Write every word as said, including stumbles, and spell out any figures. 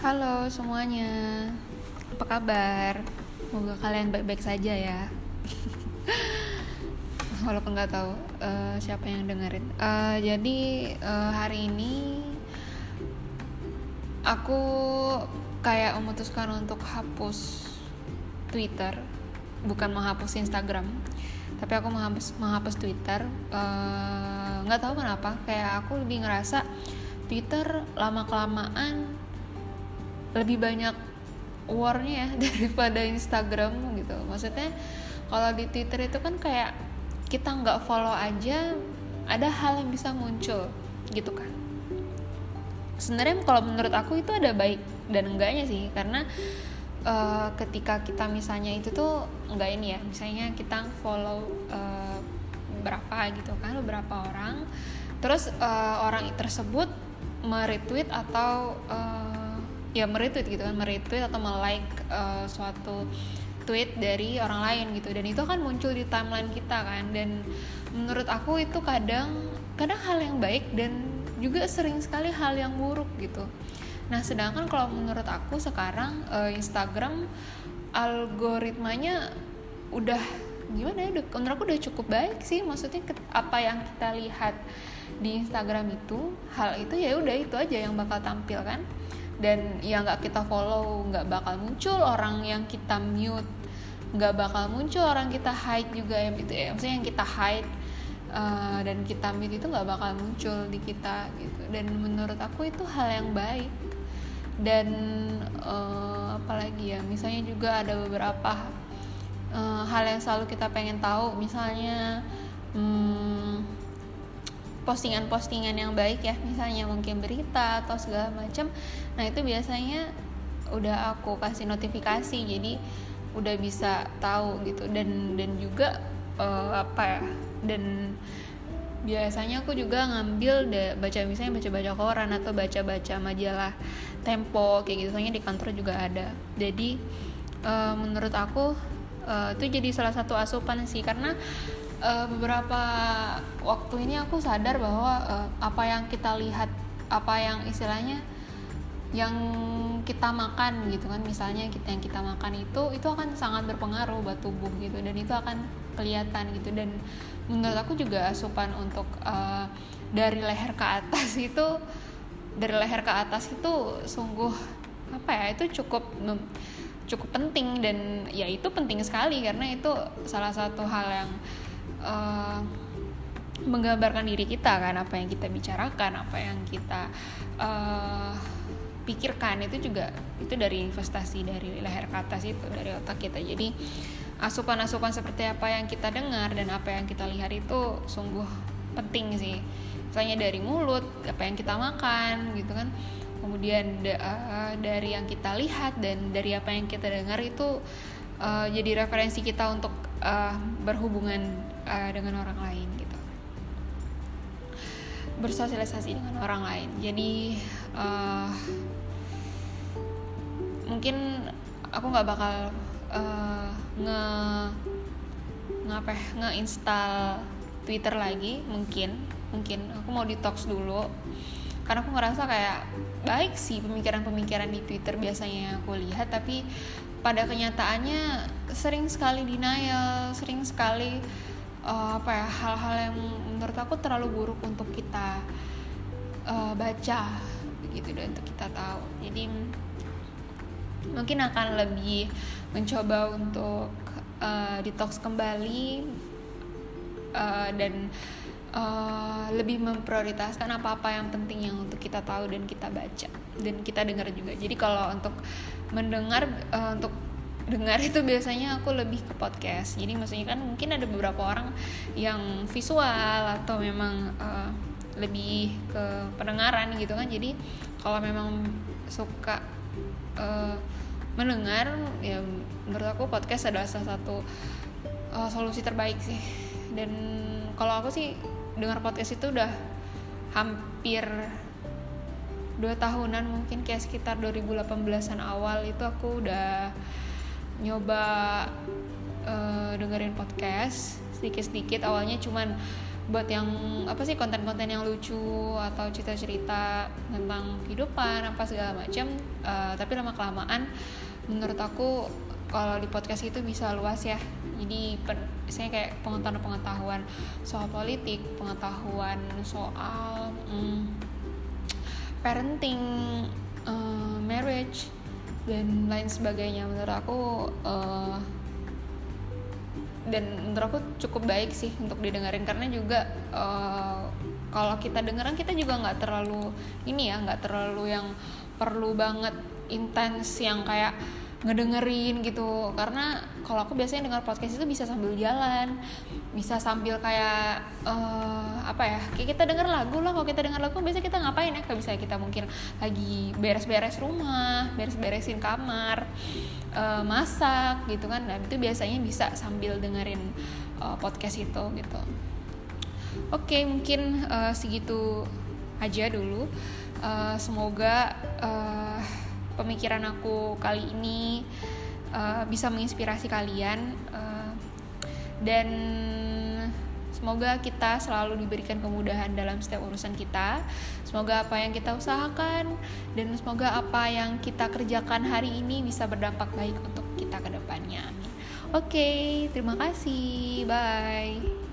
Halo semuanya, apa kabar? Semoga kalian baik-baik saja ya. Walaupun nggak tahu uh, siapa yang dengerin. Uh, jadi uh, hari ini aku kayak memutuskan untuk hapus Twitter, bukan menghapus Instagram, tapi aku menghapus menghapus Twitter. Uh, nggak tahu kenapa, kayak aku lebih ngerasa Twitter lama kelamaan lebih banyak war-nya ya daripada Instagram gitu. Maksudnya kalau di Twitter itu kan kayak kita nggak follow aja ada hal yang bisa muncul gitu kan. Sebenarnya kalau menurut aku itu ada baik dan enggaknya sih, karena uh, ketika kita misalnya itu tuh enggak ini ya, misalnya kita follow uh, berapa gitu kan, beberapa orang, terus uh, orang tersebut meretweet atau uh, ya meretweet gitu kan, meretweet atau melike uh, suatu tweet dari orang lain gitu, dan itu akan muncul di timeline kita kan. Dan menurut aku itu kadang kadang hal yang baik dan juga sering sekali hal yang buruk gitu. Nah sedangkan kalau menurut aku sekarang uh, Instagram algoritmanya udah gimana ya, udah, menurut aku udah cukup baik sih. Maksudnya apa yang kita lihat di Instagram itu, hal itu ya udah itu aja yang bakal tampil kan. Dan yang nggak kita follow nggak bakal muncul, orang yang kita mute nggak bakal muncul, orang kita hide juga yang itu ya, maksudnya yang kita hide uh, dan kita mute itu nggak bakal muncul di kita gitu. Dan menurut aku itu hal yang baik. Dan uh, apalagi ya, misalnya juga ada beberapa uh, hal yang selalu kita pengen tahu, misalnya hmm, postingan-postingan yang baik ya, misalnya mungkin berita atau segala macam. Nah itu biasanya udah aku kasih notifikasi, jadi udah bisa tahu gitu. Dan dan juga uh, apa ya, dan biasanya aku juga ngambil de, baca misalnya baca-baca koran atau baca-baca majalah Tempo kayak gitu, soalnya di kantor juga ada. Jadi uh, menurut aku uh, itu jadi salah satu asupan sih, karena Uh, beberapa waktu ini aku sadar bahwa uh, apa yang kita lihat, apa yang istilahnya yang kita makan gitu kan, misalnya kita yang kita makan itu itu akan sangat berpengaruh buat tubuh gitu, dan itu akan kelihatan gitu. Dan menurut aku juga asupan untuk uh, dari leher ke atas itu dari leher ke atas itu sungguh apa ya, itu cukup cukup penting. Dan ya itu penting sekali karena itu salah satu hal yang Uh, menggambarkan diri kita kan, apa yang kita bicarakan, apa yang kita uh, pikirkan, itu juga itu dari investasi dari leher ke atas itu, dari otak kita. Jadi asupan-asupan seperti apa yang kita dengar dan apa yang kita lihat itu sungguh penting sih. Misalnya dari mulut, apa yang kita makan gitu kan, kemudian da- uh, dari yang kita lihat dan dari apa yang kita dengar itu uh, jadi referensi kita untuk uh, berhubungan Uh, dengan orang lain gitu, bersosialisasi dengan orang lain. Jadi uh, mungkin aku nggak bakal uh, nge ngapa nge-install Twitter lagi, mungkin mungkin aku mau detox dulu, karena aku ngerasa kayak baik sih pemikiran-pemikiran di Twitter biasanya aku lihat, tapi pada kenyataannya sering sekali denial, sering sekali Uh, apa ya, hal-hal yang menurut aku terlalu buruk untuk kita uh, baca gitu dan untuk kita tahu. Jadi mungkin akan lebih mencoba untuk uh, detox kembali uh, dan uh, lebih memprioritaskan apa-apa yang penting yang untuk kita tahu dan kita baca dan kita dengar juga. Jadi kalau untuk mendengar, uh, untuk dengar itu biasanya aku lebih ke podcast. Jadi maksudnya kan mungkin ada beberapa orang yang visual atau memang uh, lebih ke pendengaran gitu kan. Jadi kalau memang suka uh, mendengar, ya menurut aku podcast adalah salah satu uh, solusi terbaik sih. Dan kalau aku sih dengar podcast itu udah hampir dua tahunan, mungkin kayak sekitar dua ribu delapan belasan awal itu aku udah nyoba uh, dengerin podcast sedikit-sedikit. Awalnya cuman buat yang apa sih konten-konten yang lucu atau cerita-cerita tentang kehidupan apa segala macam. Uh, tapi lama kelamaan menurut aku kalau di podcast itu bisa luas ya. Jadi misalnya kayak pengetahuan-pengetahuan soal politik, pengetahuan soal hmm, parenting, uh, marriage dan lain sebagainya. Menurut aku uh, dan menurut aku cukup baik sih untuk didengarin, karena juga uh, kalau kita dengeran kita juga nggak terlalu ini ya, nggak terlalu yang perlu banget intens yang kayak ngedengerin gitu. Karena kalau aku biasanya dengar podcast itu bisa sambil jalan, bisa sambil kayak uh, apa ya, kayak kita denger lagu lah. Kalau kita denger lagu biasanya kita ngapain ya, kayak bisa kita mungkin lagi beres-beres rumah, beres-beresin kamar, uh, masak gitu kan. Nah itu biasanya bisa sambil dengerin uh, podcast itu gitu. Oke, mungkin uh, segitu aja dulu. uh, semoga uh, pemikiran aku kali ini uh, bisa menginspirasi kalian, uh, dan semoga kita selalu diberikan kemudahan dalam setiap urusan kita. Semoga apa yang kita usahakan dan semoga apa yang kita kerjakan hari ini bisa berdampak baik untuk kita ke depannya. Amin. Oke, terima kasih. Bye.